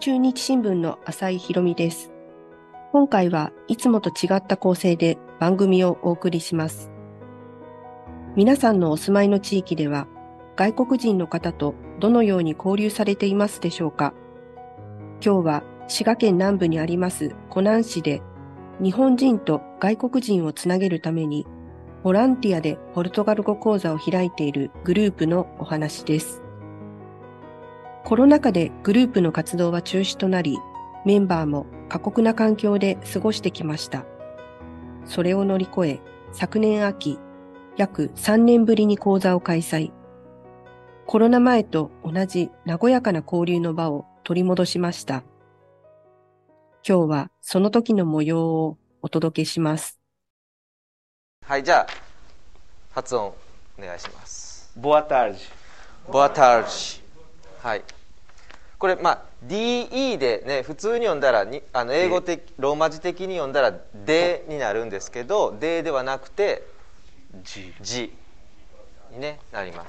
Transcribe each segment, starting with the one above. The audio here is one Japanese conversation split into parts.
中日新聞の浅井ひろみです。今回はいつもと違った構成で番組をお送りします。皆さんのお住まいの地域では外国人の方とどのように交流されていますでしょうか。今日は滋賀県南部にあります湖南市で日本人と外国人をつなげるためにボランティアでポルトガル語講座を開いているグループのお話です。コロナ禍でグループの活動は中止となり、メンバーも過酷な環境で過ごしてきました。それを乗り越え、昨年秋、約3年ぶりに講座を開催。コロナ前と同じ和やかな交流の場を取り戻しました。今日はその時の模様をお届けします。 はい、じゃあ発音お願いします。 Boa tarde。 Boa tarde。はい。これDE でね、普通に読んだら英語的ローマ字的に読んだら D になるんですけど、D ではなくて G に、ね、なります。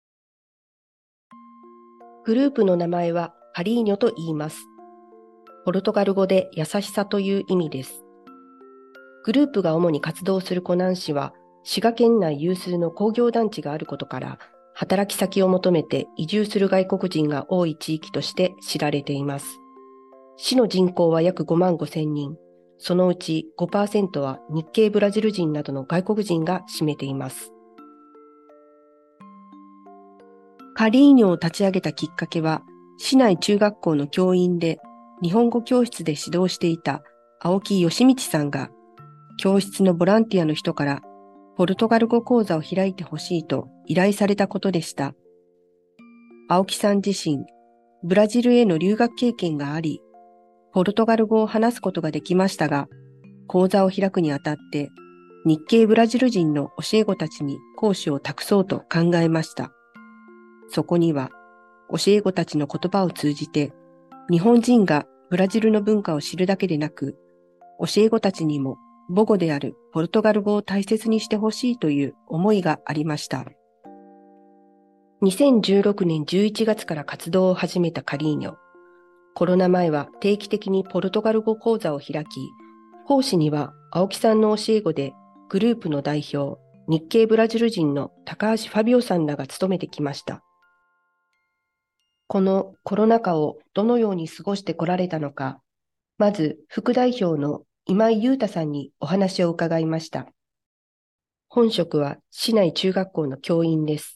グループの名前はカリーニョと言います。ポルトガル語で優しさという意味です。グループが主に活動する湖南市は、滋賀県内有数の工業団地があることから、働き先を求めて移住する外国人が多い地域として知られています。市の人口は約5万5千人。そのうち 5% は日系ブラジル人などの外国人が占めています。カリーニョを立ち上げたきっかけは、市内中学校の教員で日本語教室で指導していた青木義道さんが、教室のボランティアの人からポルトガル語講座を開いてほしいと依頼されたことでした。青木さん自身、ブラジルへの留学経験があり、ポルトガル語を話すことができましたが、講座を開くにあたって日系ブラジル人の教え子たちに講師を託そうと考えました。そこには教え子たちの言葉を通じて日本人がブラジルの文化を知るだけでなく、教え子たちにも母語であるポルトガル語を大切にしてほしいという思いがありました。2016年11月から活動を始めたカリーニョ。コロナ前は定期的にポルトガル語講座を開き、講師には青木さんの教え子でグループの代表、日系ブラジル人の高橋ファビオさんらが務めてきました。このコロナ禍をどのように過ごしてこられたのか、まず副代表の今井裕太さんにお話を伺いました。本職は市内中学校の教員です。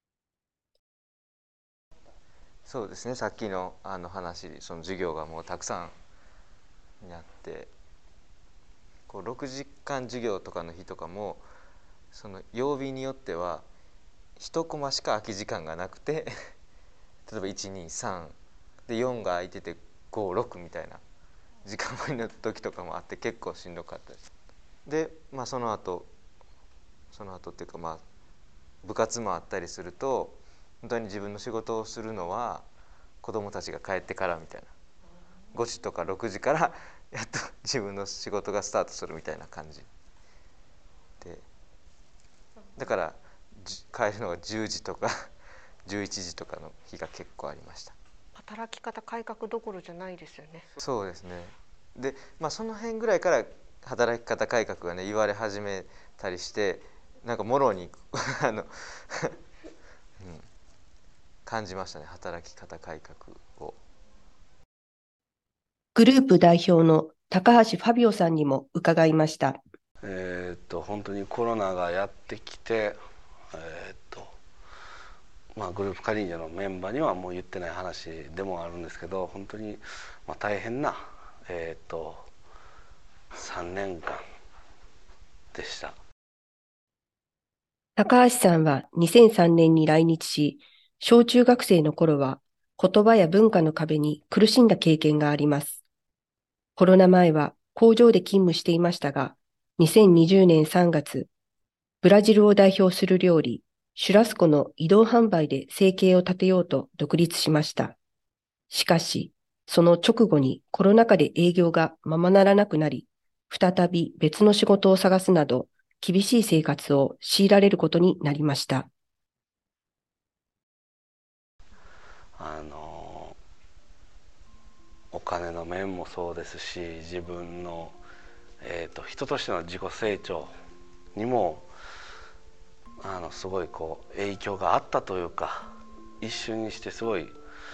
そうですね、さっきの話、その授業がもうたくさんになって、こう6時間授業とかの日とかも、その曜日によっては1コマしか空き時間がなくて例えば123で4が空いてて56みたいな時間割の時とかもあって、結構しんどかったです。で、その後っていうか部活もあったりすると、本当に自分の仕事をするのは子どもたちが帰ってからみたいな、5時とか6時からやっと自分の仕事がスタートするみたいな感じで、だから帰るのが10時とか11時とかの日が結構ありました。 働き方改革どころじゃないですよね。 そうですね。で、その辺ぐらいから働き方改革がね言われ始めたりして、なんかもろにうん、感じましたね、働き方改革を。 グループ代表の高橋ファビオさんにも伺いました。 本当にコロナがやってきて、グループカリーニョのメンバーにはもう言ってない話でもあるんですけど、本当に大変な、3年間でした。 高橋さんは2003年に来日し、小中学生の頃は言葉や文化の壁に苦しんだ経験があります。コロナ前は工場で勤務していましたが、2020年3月、ブラジルを代表する料理、シュラスコの移動販売で生計を立てようと独立しました。しかし、その直後にコロナ禍で営業がままならなくなり、再び別の仕事を探すなど、厳しい生活を強いられることになりました。 金の面もそうですし、自分の、人としての自己成長にもすごい影響があったというか、一瞬にしてすごい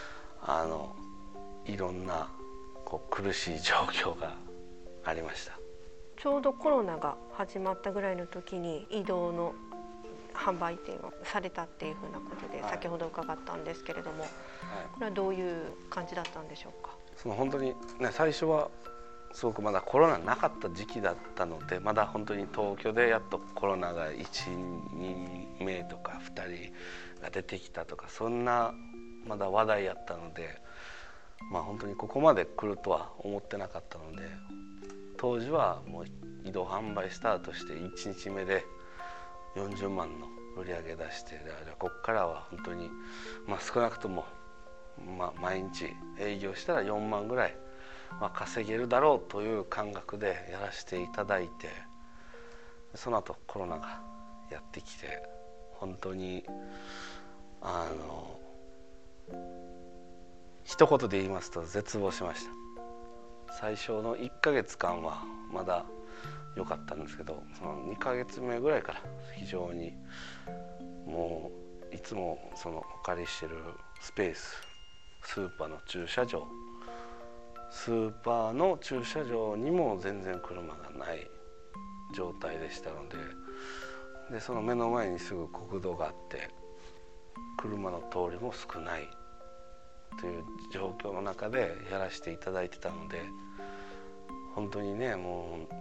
いろんな苦しい状況がありました。 ちょうどコロナが始まったぐらいの時に移動の販売店をされたっていうふうなことで先ほど伺ったんですけれども、これはどういう感じだったんでしょうか。 本当にね、最初はすごくまだコロナなかった時期だったので、まだ本当に東京でやっとコロナが1、2名とか2人が出てきたとか、そんなまだ話題やったので、本当にここまで来るとは思ってなかったので、当時はもう移動販売スタートして1日目で40万の売り上げ出して、ここからは本当に、少なくとも、毎日営業したら4万ぐらい稼げるだろうという感覚でやらせていただいて、その後コロナがやってきて、本当に一言で言いますと絶望しました。最初の1ヶ月間はまだ良かったんですけど、その2ヶ月目ぐらいから非常にもういつもお借りしてるスペース、スーパーの駐車場、スーパーの駐車場にも全然車がない状態でしたので、その目の前にすぐ国道があって車の通りも少ないという状況の中でやらせていただいてたので、本当にね、もう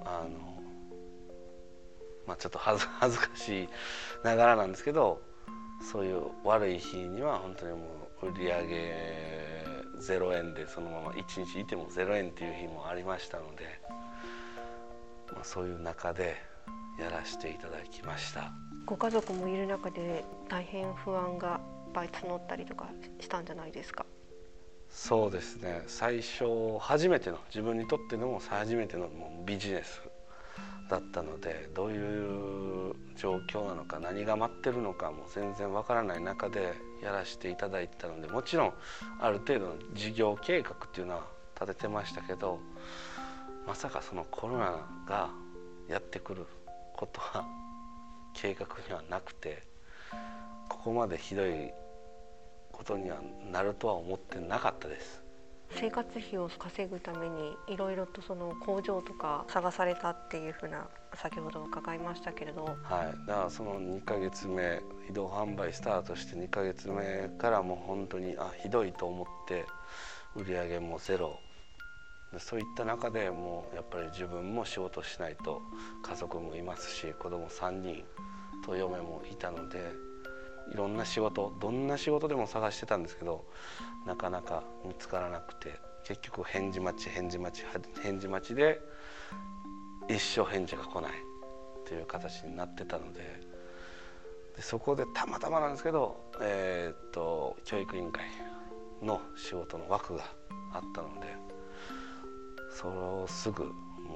ちょっと恥ずかしいながらなんですけど、そういう悪い日には本当にもう売り上げ0円でそのまま1日いても0円っていう日もありましたので、そういう中でやらせていただきました。 ご家族もいる中で大変不安がいっぱい募ったりとかしたんじゃないですか。 そうですね、最初初めての、自分にとっての初めてのビジネスだったので、どういう状況なのか、何が待ってるのかも全然わからない中でやらせていただいてたので、もちろんある程度の事業計画っていうのは立ててましたけど、まさかそのコロナがやってくることは計画にはなくて、ここまでひどいことにはなるとは思ってなかったです。 生活費を稼ぐためにいろいろとその工場とか探されたっていうふうな先ほど伺いましたけれど、 はい、だからその2ヶ月目移動販売スタートして2ヶ月目からもう本当にひどいと思って、売り上げもゼロで、そういった中でもうやっぱり自分も仕事しないと、家族もいますし子供3人と嫁もいたので、いろんな仕事、どんな仕事でも探してたんですけど、なかなか見つからなくて、結局返事待ちで一生返事が来ないという形になってたので、そこでたまたまなんですけど、教育委員会の仕事の枠があったので、それをすぐも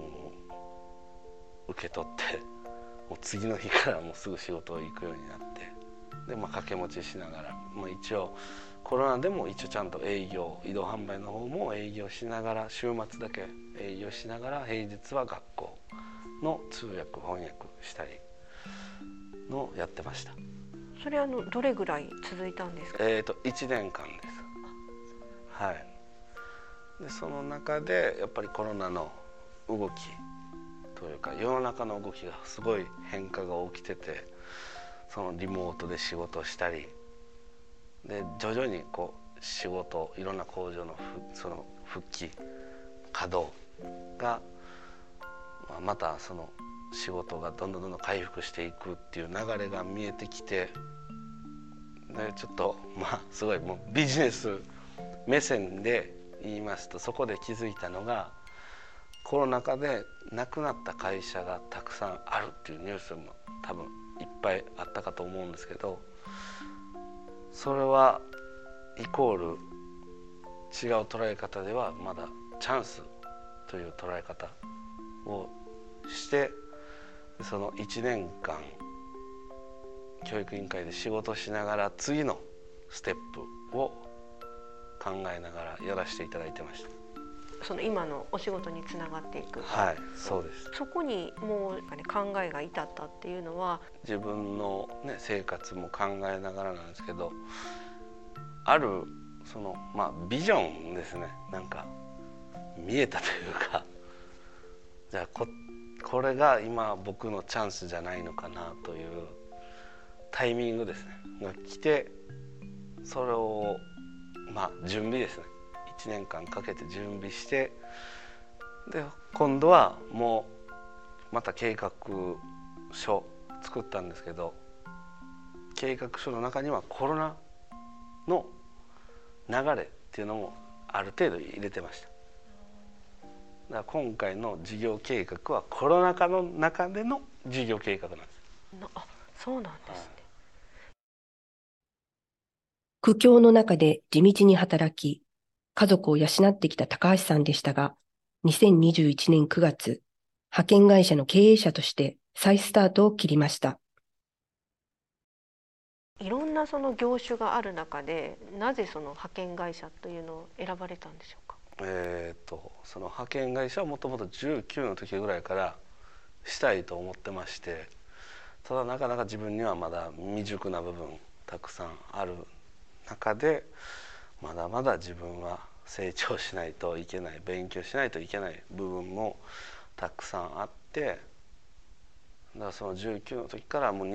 う受け取って、もう次の日からもうすぐ仕事行くようになって、で掛け持ちしながら、一応コロナでも一応ちゃんと営業、移動販売の方も営業しながら、週末だけ営業しながら平日は学校の通訳翻訳したりのやってました。 それはどれぐらい続いたんですか。 1年間です。はい。でその中でやっぱりコロナの動きというか、世の中の動きがすごい変化が起きてて、そのリモートで仕事したりで、徐々に仕事、いろんな工場のその復帰稼働がまたその仕事がどんどん回復していくっていう流れが見えてきて、でちょっとすごいもうビジネス目線で言いますと、そこで気づいたのが、コロナ禍で亡くなった会社がたくさんあるっていうニュースも多分いっぱいあったかと思うんですけど、それはイコール違う捉え方ではまだチャンスという捉え方をして、その1年間教育委員会で仕事しながら次のステップを考えながらやらせていただいてました。 その今のお仕事につながっていく。 はい、そうです。 そこにもう、ね、考えが至ったっていうのは自分の、ね、生活も考えながらなんですけど、あるその、ビジョンですね。なんか見えたというか、じゃあこれが今僕のチャンスじゃないのかなというタイミングですねが来て、それを準備ですね、1年間かけて準備して、で今度はもうまた計画書作ったんですけど、計画書の中にはコロナの流れっていうのもある程度入れてました。だから今回の事業計画はコロナ禍の中での事業計画なんです。 あ、そうなんですね。 苦境の中で地道に働き、家族を養ってきた高橋さんでしたが、2021年9月、派遣会社の経営者として再スタートを切りました。 いろんなその業種がある中で、なぜその派遣会社というのを選ばれたんでしょうか。 その派遣会社はもともと19の時ぐらいからしたいと思ってまして、ただなかなか自分にはまだ未熟な部分たくさんある中で、まだまだ自分は成長しないといけない、勉強しないといけない部分もたくさんあって、だからその19の時からもう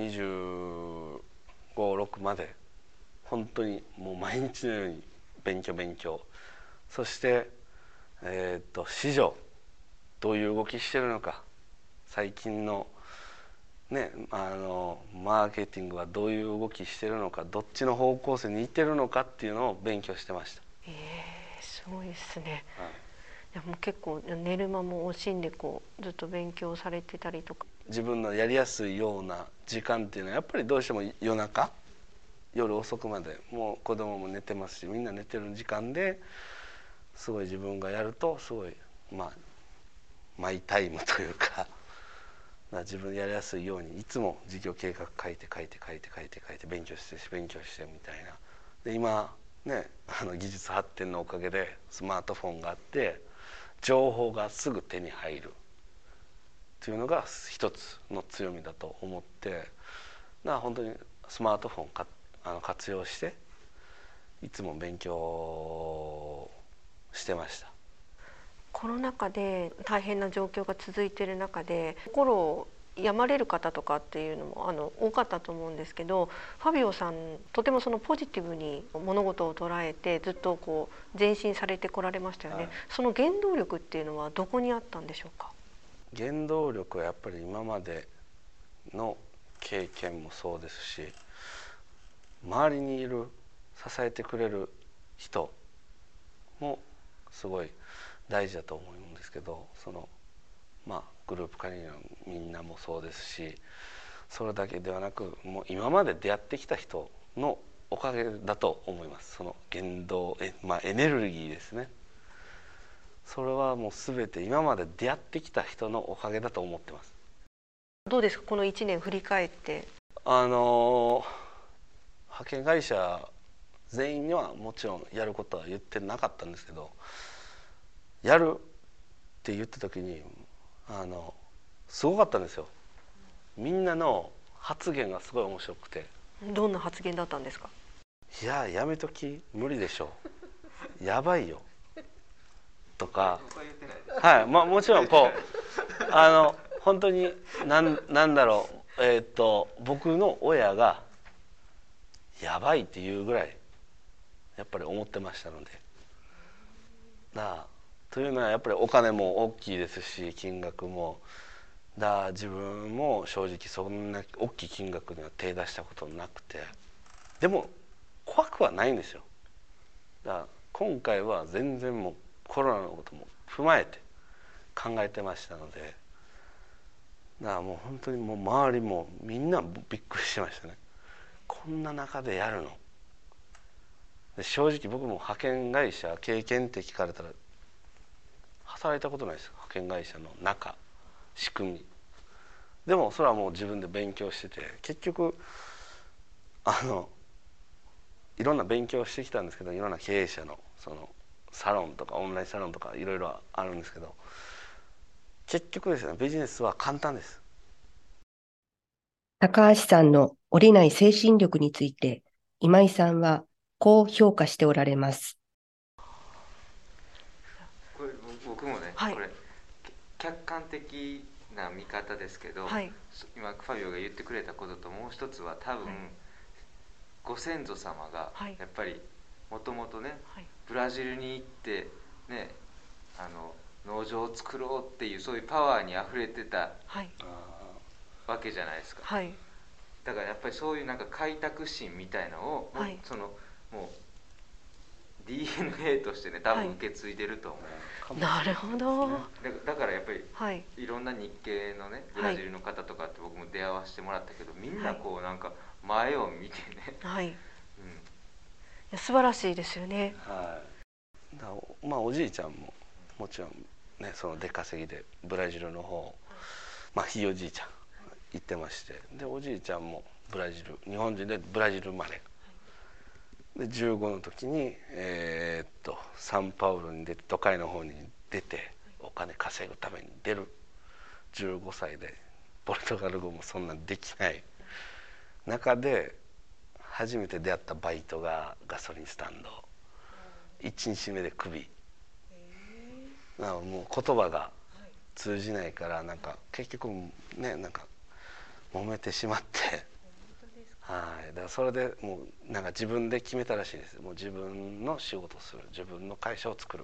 25、6まで本当にもう毎日のように勉強、そして市場どういう動きしてるのか、最近のね、マーケティングはどういう動きしてるのか、どっちの方向性に行ってるのかっていうのを勉強してました。 すごいですね。いやもう結構寝る間も惜しんでずっと勉強されてたりとか。 自分のやりやすいような時間っていうのはやっぱりどうしても夜遅くまで、もう子供も寝てますしみんな寝てる時間ですごい自分がやるとすごいマイタイムというか自分でやりやすいようにいつも事業計画書いて勉強してみたいな。で今ね、技術発展のおかげでスマートフォンがあって情報がすぐ手に入るというのが一つの強みだと思って、だから本当にスマートフォン活用していつも勉強してました。 コロナ禍で大変な状況が続いている中で心を病まれる方とかっていうのも多かったと思うんですけど、ファビオさんとてもそのポジティブに物事を捉えてずっと前進されてこられましたよね。その原動力っていうのはどこにあったんでしょうか。 原動力はやっぱり今までの経験もそうですし、周りにいる支えてくれる人もすごい大事だと思うんですけど、グループ管理のみんなもそうですし、それだけではなくもう今まで出会ってきた人のおかげだと思います。その原動エネルギーですね。それはもう全て今まで出会ってきた人のおかげだと思ってます。 どうですか、この1年振り返って。 派遣会社全員にはもちろんやることは言ってなかったんですけど、やるって言った時にすごかったんですよ。みんなの発言がすごい面白くて。 どんな発言だったんですか。 いややめとき、無理でしょう、やばいよとか、はい、もちろん本当になんだろう、僕の親がやばいっていうぐらいやっぱり思ってましたので、というのはやっぱりお金も大きいですし金額も自分も正直そんな大きい金額には手出したことなくて、でも怖くはないんですよ。だから今回は全然もうコロナのことも踏まえて考えてましたので、だからもう本当にもう周りもみんなびっくりしましたね。こんな中でやるの。で正直僕も派遣会社経験って聞かれたら働いたことないです。派遣会社の中、仕組み。でもそれはもう自分で勉強してて、結局いろんな勉強してきたんですけど、いろんな経営者のそのサロンとかオンラインサロンとかいろいろあるんですけど、結局ですね、ビジネスは簡単です。 高橋さんの折れない精神力について、今井さんはこう評価しておられます。 これ僕もね、 はい、 これ客観的な見方ですけど、 はい、 今ファビオが言ってくれたことともう一つは多分、ご先祖様がやっぱりもともとね、ブラジルに行ってね、農場を作ろうっていうそういうパワーにあふれてたわけじゃないですか、 はい、 だからやっぱりそういうなんか開拓心みたいなのを、 はい、 そのもう DNA としてね多分受け継いでると思う、 なるほど。 だからやっぱり、 はい、 いろんな日系のねブラジルの方とかって僕も出会わせてもらったけど、みんなこうなんか前を見てね、 はい、いや素晴らしいですよね。 はい、だまあおじいちゃんももちろんね、その出稼ぎでブラジルの方、まあひいおじいちゃん行ってまして、でおじいちゃんもブラジル、日本人でブラジル生まれで、15の時にサンパウロに出て、都会の方に出てお金稼ぐために出る。15歳でポルトガル語もそんなできない中で初めて出会ったバイトがガソリンスタンド、1日目でクビ。もう言葉が通じないから、なんか結局ね、なんか揉めてしまって、はい、だからそれでもうなんか自分で決めたらしいです。もう自分の仕事をする、自分の会社を作る。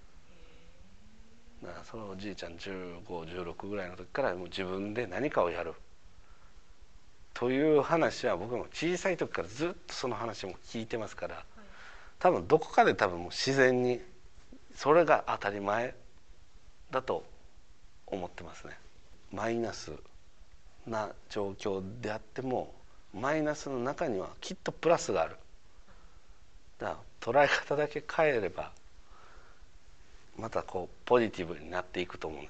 だからそのおじいちゃん15、16ぐらいの時からもう自分で何かをやるという話は、僕も小さい時からずっとその話も聞いてますから、多分どこかで多分もう自然にそれが当たり前だと思ってますね。マイナスな状況であってもマイナスの中にはきっとプラスがある。だから捉え方だけ変えればまたこうポジティブになっていくと思うんです。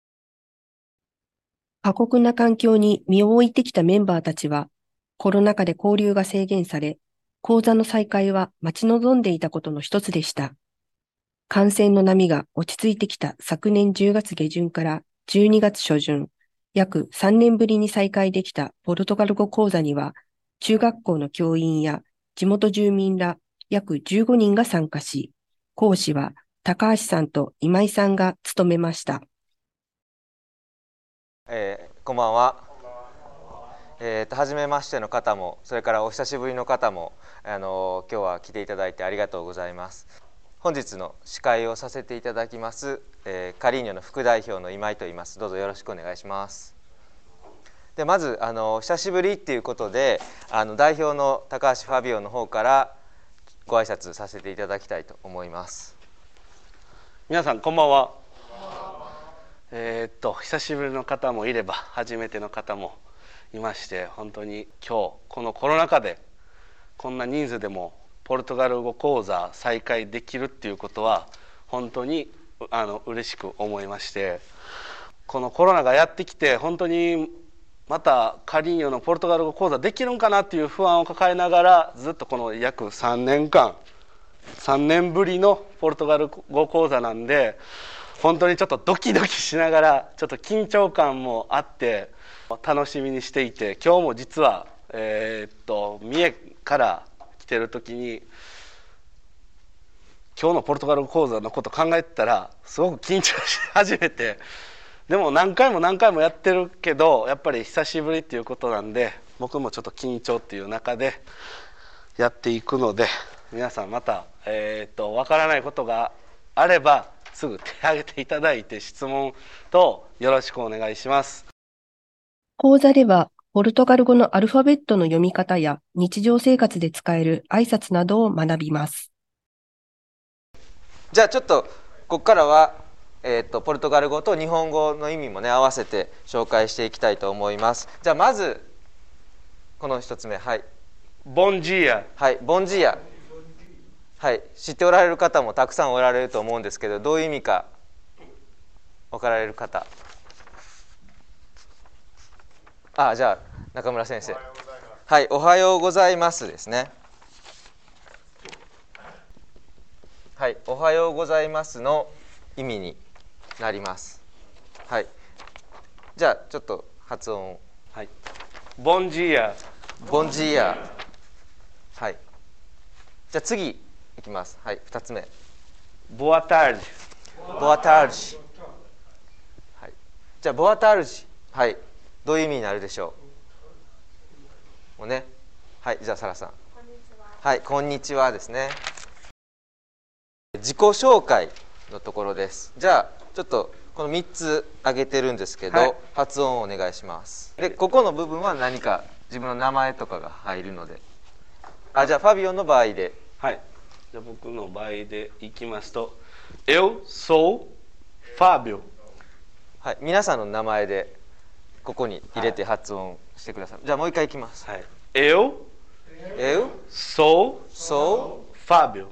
過酷な環境に身を置いてきたメンバーたちは、コロナ禍で交流が制限され、講座の再開は待ち望んでいたことの一つでした。感染の波が落ち着いてきた昨年10月下旬から12月初旬、約3年ぶりに再開できたポルトガル語講座には、中学校の教員や地元住民ら約15人が参加し、講師は高橋さんと今井さんが務めました。 こんばんは。初めましての方も、それからお久しぶりの方も、今日は来ていただいてありがとうございます。本日の司会をさせていただきます、カリーニョの副代表の今井と言います。どうぞよろしくお願いします。でまず久しぶりっていうことで代表の高橋ファビオの方からご挨拶させていただきたいと思います。 皆さんこんばんは。久しぶりの方もいれば初めての方もいまして、本当に今日このコロナ禍でこんな人数でもポルトガル語講座再開できるっていうことは本当に嬉しく思いまして、このコロナがやってきて本当にまたカリーニョのポルトガル語講座できるんかなっていう不安を抱えながら、ずっとこの約3年間3年ぶりのポルトガル語講座なんで、本当にちょっとドキドキしながら、ちょっと緊張感もあって楽しみにしていて、今日も実は三重から来てる時に今日のポルトガル語講座のこと考えてたらすごく緊張し始めて、でも何回もやってるけどやっぱり久しぶりっていうことなんで、僕もちょっと緊張っていう中でやっていくので、皆さんまたわからないことがあればすぐ手を挙げていただいて質問とよろしくお願いします。 講座ではポルトガル語のアルファベットの読み方や日常生活で使える挨拶などを学びます。 じゃあちょっとここからは、ポルトガル語と日本語の意味もね合わせて紹介していきたいと思います。じゃあまずこの一つ目、はい、 ボンジーヤ。 はい、ボンジーヤ。はい、知っておられる方もたくさんおられると思うんですけど、どういう意味か分かられる方。じゃあ中村先生。はい、おはようございますですね。 はい、おはようございますの意味になります。はい。じゃあちょっと発音を。 はい。ボンジーア。 ボンジーア。はい。じゃあ次いきます。はい、2つ目。 ボアタージ。 ボアタージ。はい。じゃあボアタージ。はい。どういう意味になるでしょう。もうね。はい。じゃあサラさん。こんにちは。はい。こんにちはですね。自己紹介のところです。じゃあちょっとこの3つ挙げてるんですけど、はい、発音をお願いします。でここの部分は何か自分の名前とかが入るので、じゃあファビオの場合で、 はい。じゃあ僕の場合でいきますと、Eu sou Fábio。 はい。皆さんの名前でここに入れて発音してください。はい、じゃあもう一回いきます。 はい。Eu sou Fábio。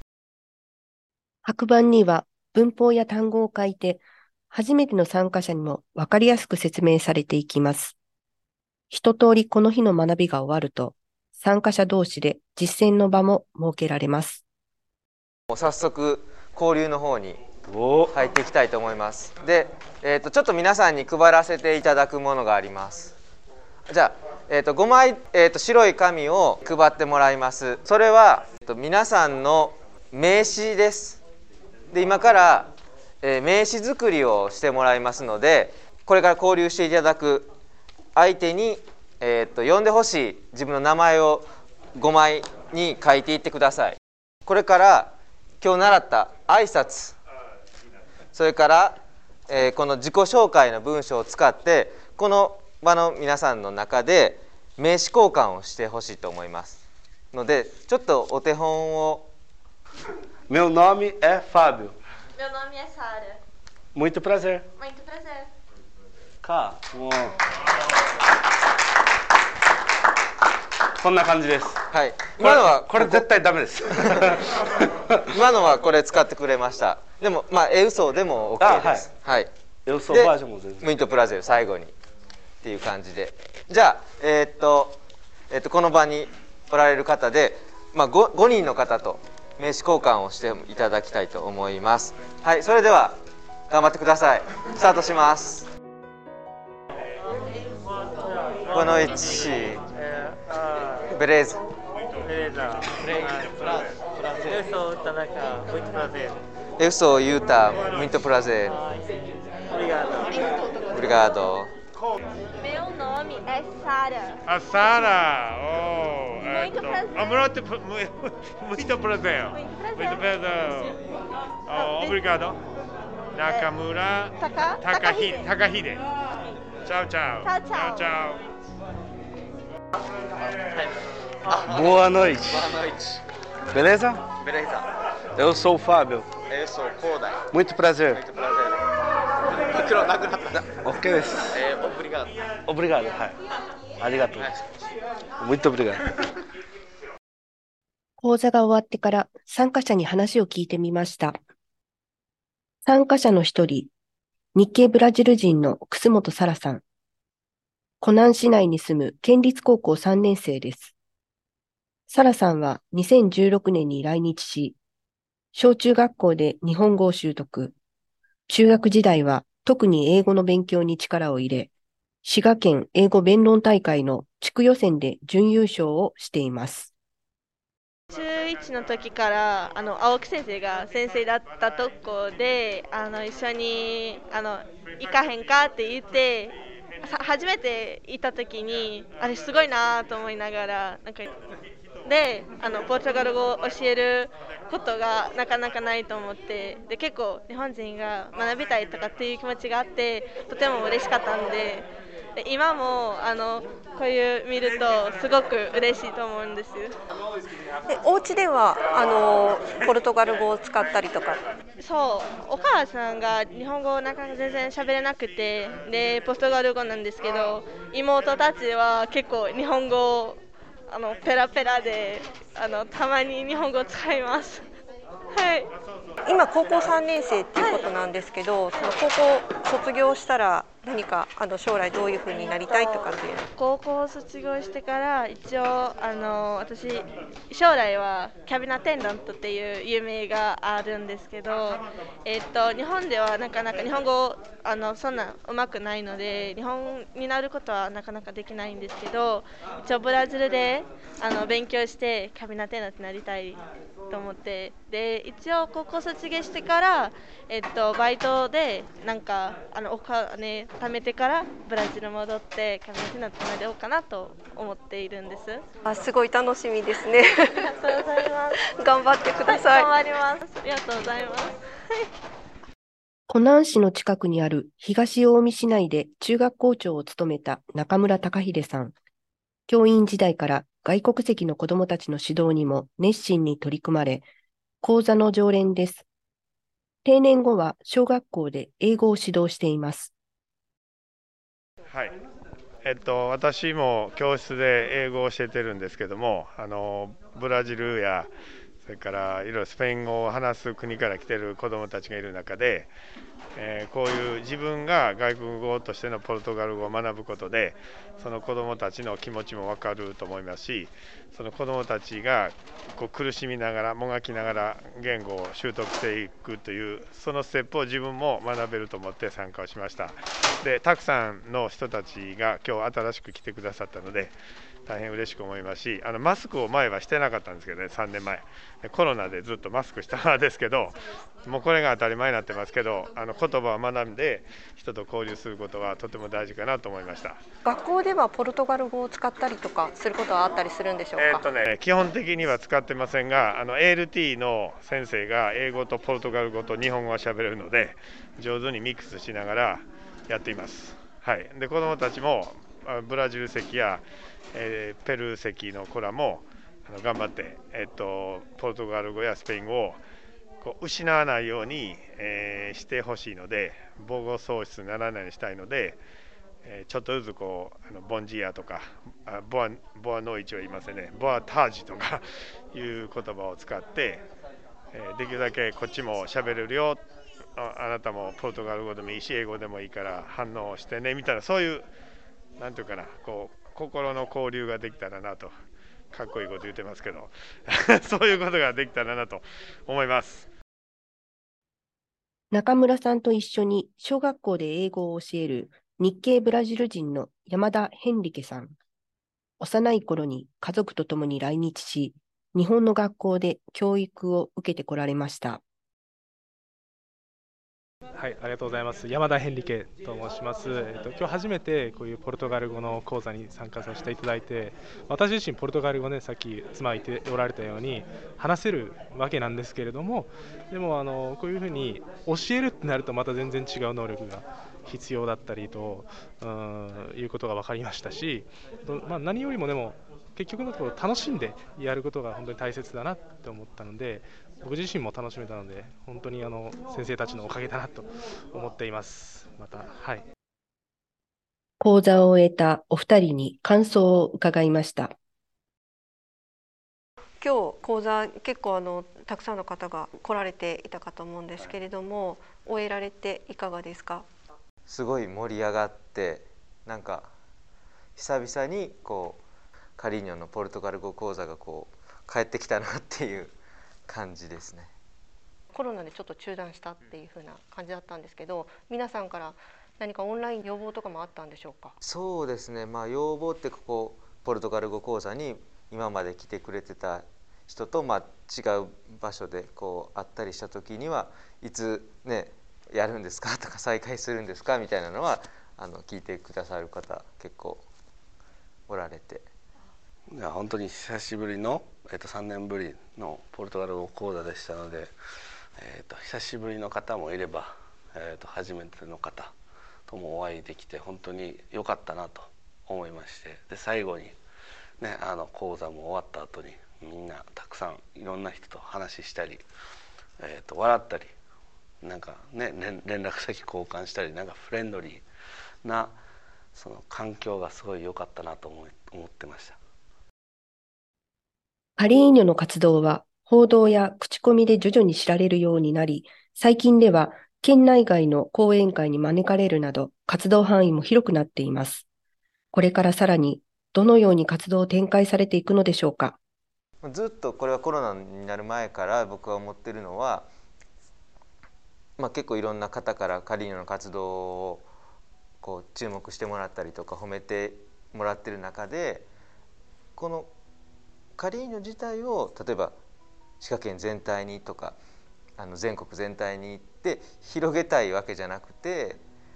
白板には文法や単語を書いて、初めての参加者にも分かりやすく説明されていきます。一通りこの日の学びが終わると、参加者同士で実践の場も設けられます。 早速交流の方に入っていきたいと思います。で、ちょっと皆さんに配らせていただくものがあります。じゃあ、5枚、白い紙を配ってもらいます。それは、皆さんの名詞です。で今から、名詞作りをしてもらいますので、これから交流していただく相手に、呼んでほしい自分の名前を5枚に書いていってください。これから今日習った挨拶、それから、この自己紹介の文章を使ってこの場の皆さんの中で名詞交換をしてほしいと思いますので、ちょっとお手本を。 Meu nome é Fábio. Meu nome é Sara. Muito prazer. Muito prazer. Cá. こんな感じです。 はい。今のはこれ絶対ダメです。 今のはこれ使ってくれました。でもエウソでも OK です。はい。 エウソバージョンも全然。 ムイントプラゼル最後にっていう感じで。じゃあこの場におられる方で、5人の方と名詞交換をしていただきたいと思います。はい、それでは頑張ってください。スタートします。Boa noite. Beleza. Beleza. Eu sou Tanaka. Muito prazer. Eu sou Yuta. Muito prazer. Obrigado. Obrigado. Meu nome é Sara. A Sara. Oh, Muito prazer. Muito prazer. Muito prazer. Oh, obrigado. Nakamura Takahide. Tchau, tchau. Tchau, tchau. Tchau, tchau. Boa noite. Boa noite. Beleza? Beleza. Eu sou o Fábio. Eu sou Kodai. Muito prazer. Muito prazer. 袋なくなった。 OK です。 Obrigado. Obrigado. はい。ありがとう。Muito obrigado. 講座が終わってから参加者に話を聞いてみました。参加者の一人、日系ブラジル人の楠本沙羅さん。湖南市内に住む県立高校3年生です。沙羅さんは2016年に来日し、小中学校で日本語を習得。中学時代は特に英語の勉強に力を入れ、滋賀県英語弁論大会の地区予選で準優勝をしています。 中1の時から青木先生が先生だったとこで一緒に行かへんかって言って初めて行った時にあれすごいなと思いながらでポルトガル語を教えることがなかなかないと思ってで結構日本人が学びたいとかっていう気持ちがあってとても嬉しかったんで今もこういう見るとすごく嬉しいと思うんです。 お家ではポルトガル語を使ったりとか。 そうお母さんが日本語をなかなか全然喋れなくてでポルトガル語なんですけど妹たちは結構日本語をペラペラでたまに日本語を使います。はい、 今高校3年生っていうことなんですけど、その高校卒業したら何か将来どういうふうになりたいとかっていう。 高校を卒業してから一応私将来はキャビンアテンダントっていう夢があるんですけど、日本ではなかなか日本語そんなうまくないので日本になることはなかなかできないんですけど、一応ブラジルで勉強してキャビンアテンダントになりたいと思って、で一応高校卒業してから、バイトでなんかお金貯めてからブラジル戻ってキャビンアテンダントになろうかなと思っているんです。 すごい楽しみですね。 ありがとうございます。 頑張ってください。 頑張ります。ありがとうございます。 湖南市の近くにある東近江市内で中学校長を務めた中村隆秀さん。教員時代から外国籍の子どもたちの指導にも熱心に取り組まれ、講座の常連です。定年後は小学校で英語を指導しています。 はい。私も教室で英語を教えてるんですけども、ブラジルやそれからいろいろスペイン語を話す国から来てる子どもたちがいる中で、こういう自分が外国語としてのポルトガル語を学ぶことでその子どもたちの気持ちも分かると思いますし、その子どもたちがこう苦しみながらもがきながら言語を習得していくというそのステップを自分も学べると思って参加をしました。でたくさんの人たちが今日新しく来てくださったので大変嬉しく思いますし、マスクを前はしてなかったんですけどね、3年前コロナでずっとマスクしたんですけど、もうこれが当たり前になってますけど、言葉を学んで人と交流することはとても大事かなと思いました。 学校ではポルトガル語を使ったりとかすることはあったりするんでしょうか。 基本的には使ってませんが、ALT の先生が英語とポルトガル語と日本語をしゃべれるので上手にミックスしながらやっています。はい、で子どもたちもブラジル籍や、ペルー籍の子らも頑張って、ポルトガル語やスペイン語をこう失わないように、してほしいので、母語喪失にならないようにしたいので、ちょっとずつこうボンジアとかボアノイチを言いますね、ボアタージとかいう言葉を使って、できるだけこっちも喋れるよ、あなたもポルトガル語でもいいし英語でもいいから反応してねみたいな、そういうなんていうかな、こう心の交流ができたらなと、かっこいいこと言ってますけどそういうことができたらなと思います。 中村さんと一緒に小学校で英語を教える日系ブラジル人の山田ヘンリケさん。幼い頃に家族と共に来日し、日本の学校で教育を受けてこられました。 はい、ありがとうございます。山田ヘンリケと申します。今日初めてこういうポルトガル語の講座に参加させていただいて、私自身ポルトガル語ね、さっき妻言っておられたように話せるわけなんですけれども、でもこういうふうに教えるってなるとまた全然違う能力が必要だったりということが分かりましたし、何よりもでも結局のところ楽しんでやることが本当に大切だなって思ったので、僕自身も楽しめたので本当に先生たちのおかげだなと思っています。また、はい。 講座を終えたお二人に感想を伺いました。 今日講座結構たくさんの方が来られていたかと思うんですけれども、終えられていかがですか？ すごい盛り上がって、なんか久々にこうカリーニョのポルトガル語講座がこう帰ってきたなっていう感じですね。 コロナでちょっと中断したっていう風な感じだったんですけど、皆さんから何かオンライン要望とかもあったんでしょうか？ そうですね、要望ってここポルトガル語講座に今まで来てくれてた人と違う場所でこう会ったりした時にはいつねやるんですかとか再開するんですかみたいなのは聞いてくださる方結構おられて、 いや本当に久しぶりの、3年ぶりのポルトガル語講座でしたので、久しぶりの方もいれば、初めての方ともお会いできて本当に良かったなと思いまして、で最後に、ね、講座も終わった後にみんなたくさんいろんな人と話したり、笑ったりなんか、ね、連絡先交換したり、なんかフレンドリーなその環境がすごい良かったなと思ってました。 カリーニョの活動は報道や口コミで徐々に知られるようになり、最近では県内外の講演会に招かれるなど活動範囲も広くなっています。これからさらにどのように活動を展開されていくのでしょうか。 ずっとこれはコロナになる前から僕は思ってるのは、結構いろんな方からカリーニョの活動をこう注目してもらったりとか褒めてもらってる中で、このカリーニョ自体を例えば滋賀県全体にとか全国全体に行って広げたいわけじゃなくて、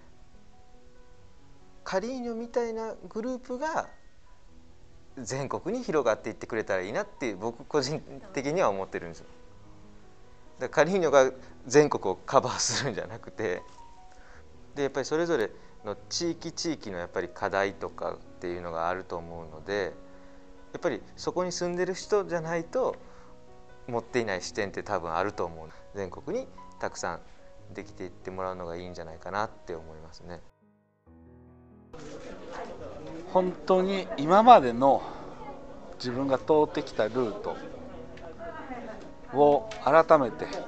カリーニョみたいなグループが全国に広がっていってくれたらいいなって僕個人的には思ってるんですよ。だからカリーニョが全国をカバーするんじゃなくて、でやっぱりそれぞれの地域のやっぱり課題とかっていうのがあると思うので、やっぱりそこに住んでる人じゃないと持っていない視点って多分あると思う。全国にたくさんできていってもらうのがいいんじゃないかなって思いますね。 本当に今までの自分が通ってきたルートを改めて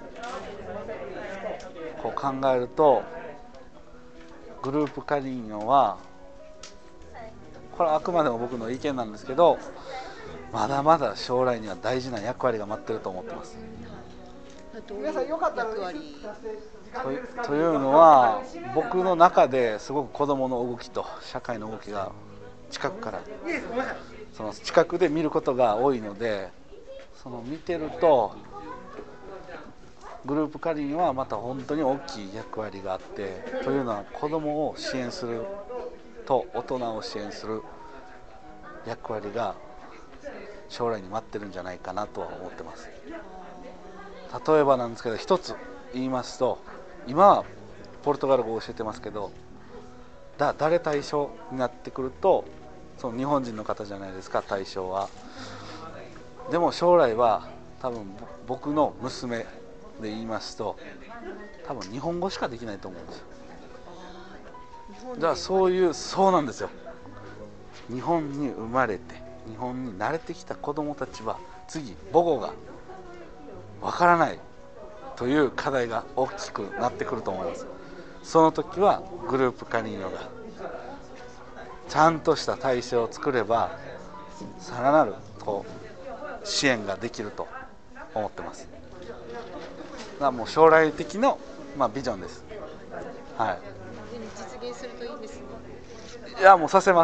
こう考えると、グループカリーニョはこれはあくまでも僕の意見なんですけど、まだまだ将来には大事な役割が待ってると思ってます。 皆さんよかったらというのは、僕の中ですごく子どもの動きと社会の動きが近くからその近くで見ることが多いので、その見てるとグループカリーニョはまた本当に大きい役割があって、というのは子どもを支援すると大人を支援する役割が将来に待ってるんじゃないかなとは思ってます。例えばなんですけど、一つ言いますと、今はポルトガル語を教えてますけど、誰対象になってくるとその日本人の方じゃないですか、対象は。でも将来は多分僕の娘で言いますと、多分日本語しかできないと思うんですよ。だからそうなんですよ。日本に生まれて日本に慣れてきた子どもたちは次母語がわからないという課題が大きくなってくると思います。その時はグループカリーニョがちゃんとした体制を作れば、さらなる支援ができると思ってます。だからもう将来的のビジョンです。はい。 実現するといいですね。 いやもうさせます。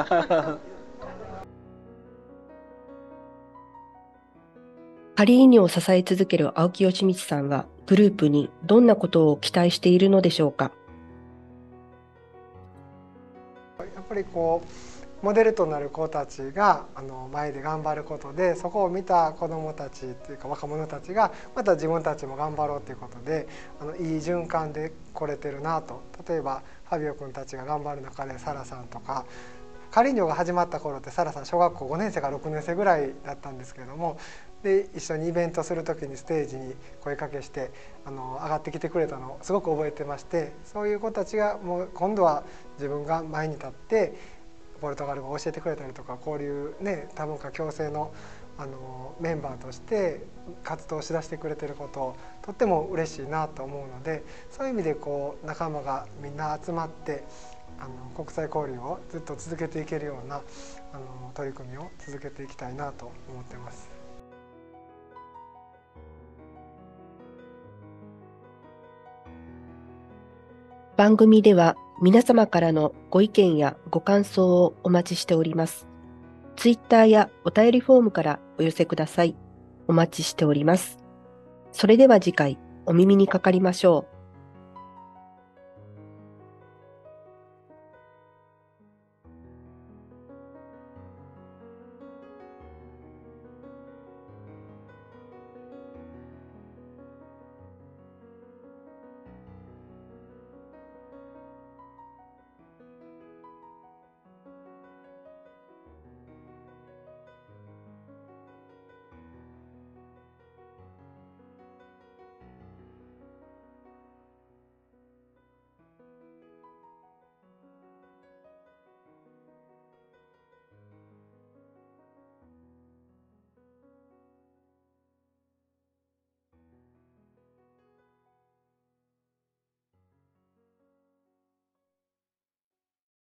カリーニョを支え続ける青木義道さんは、グループにどんなことを期待しているのでしょうか。 やっぱりモデルとなる子たちが前で頑張ることで、そこを見た子どもたちというか若者たちがまた自分たちも頑張ろうということで、いい循環で来れてるなと。例えばファビオ君たちが頑張る中でサラさんとか、カリーニョが始まった頃ってサラさん小学校5年生か6年生ぐらいだったんですけれども、で一緒にイベントする時にステージに声かけして上がってきてくれたのをすごく覚えてまして、そういう子たちがもう今度は自分が前に立ってポルトガル語を教えてくれたりとか、交流ね、多文化共生のメンバーとして活動しだしてくれてることをとっても嬉しいなと思うので、そういう意味で仲間がみんな集まって国際交流をずっと続けていけるような取り組みを続けていきたいなと思ってます。 番組では皆様からのご意見やご感想をお待ちしております。ツイッターやお便りフォームからお寄せください。お待ちしております。それでは次回お耳にかかりましょう。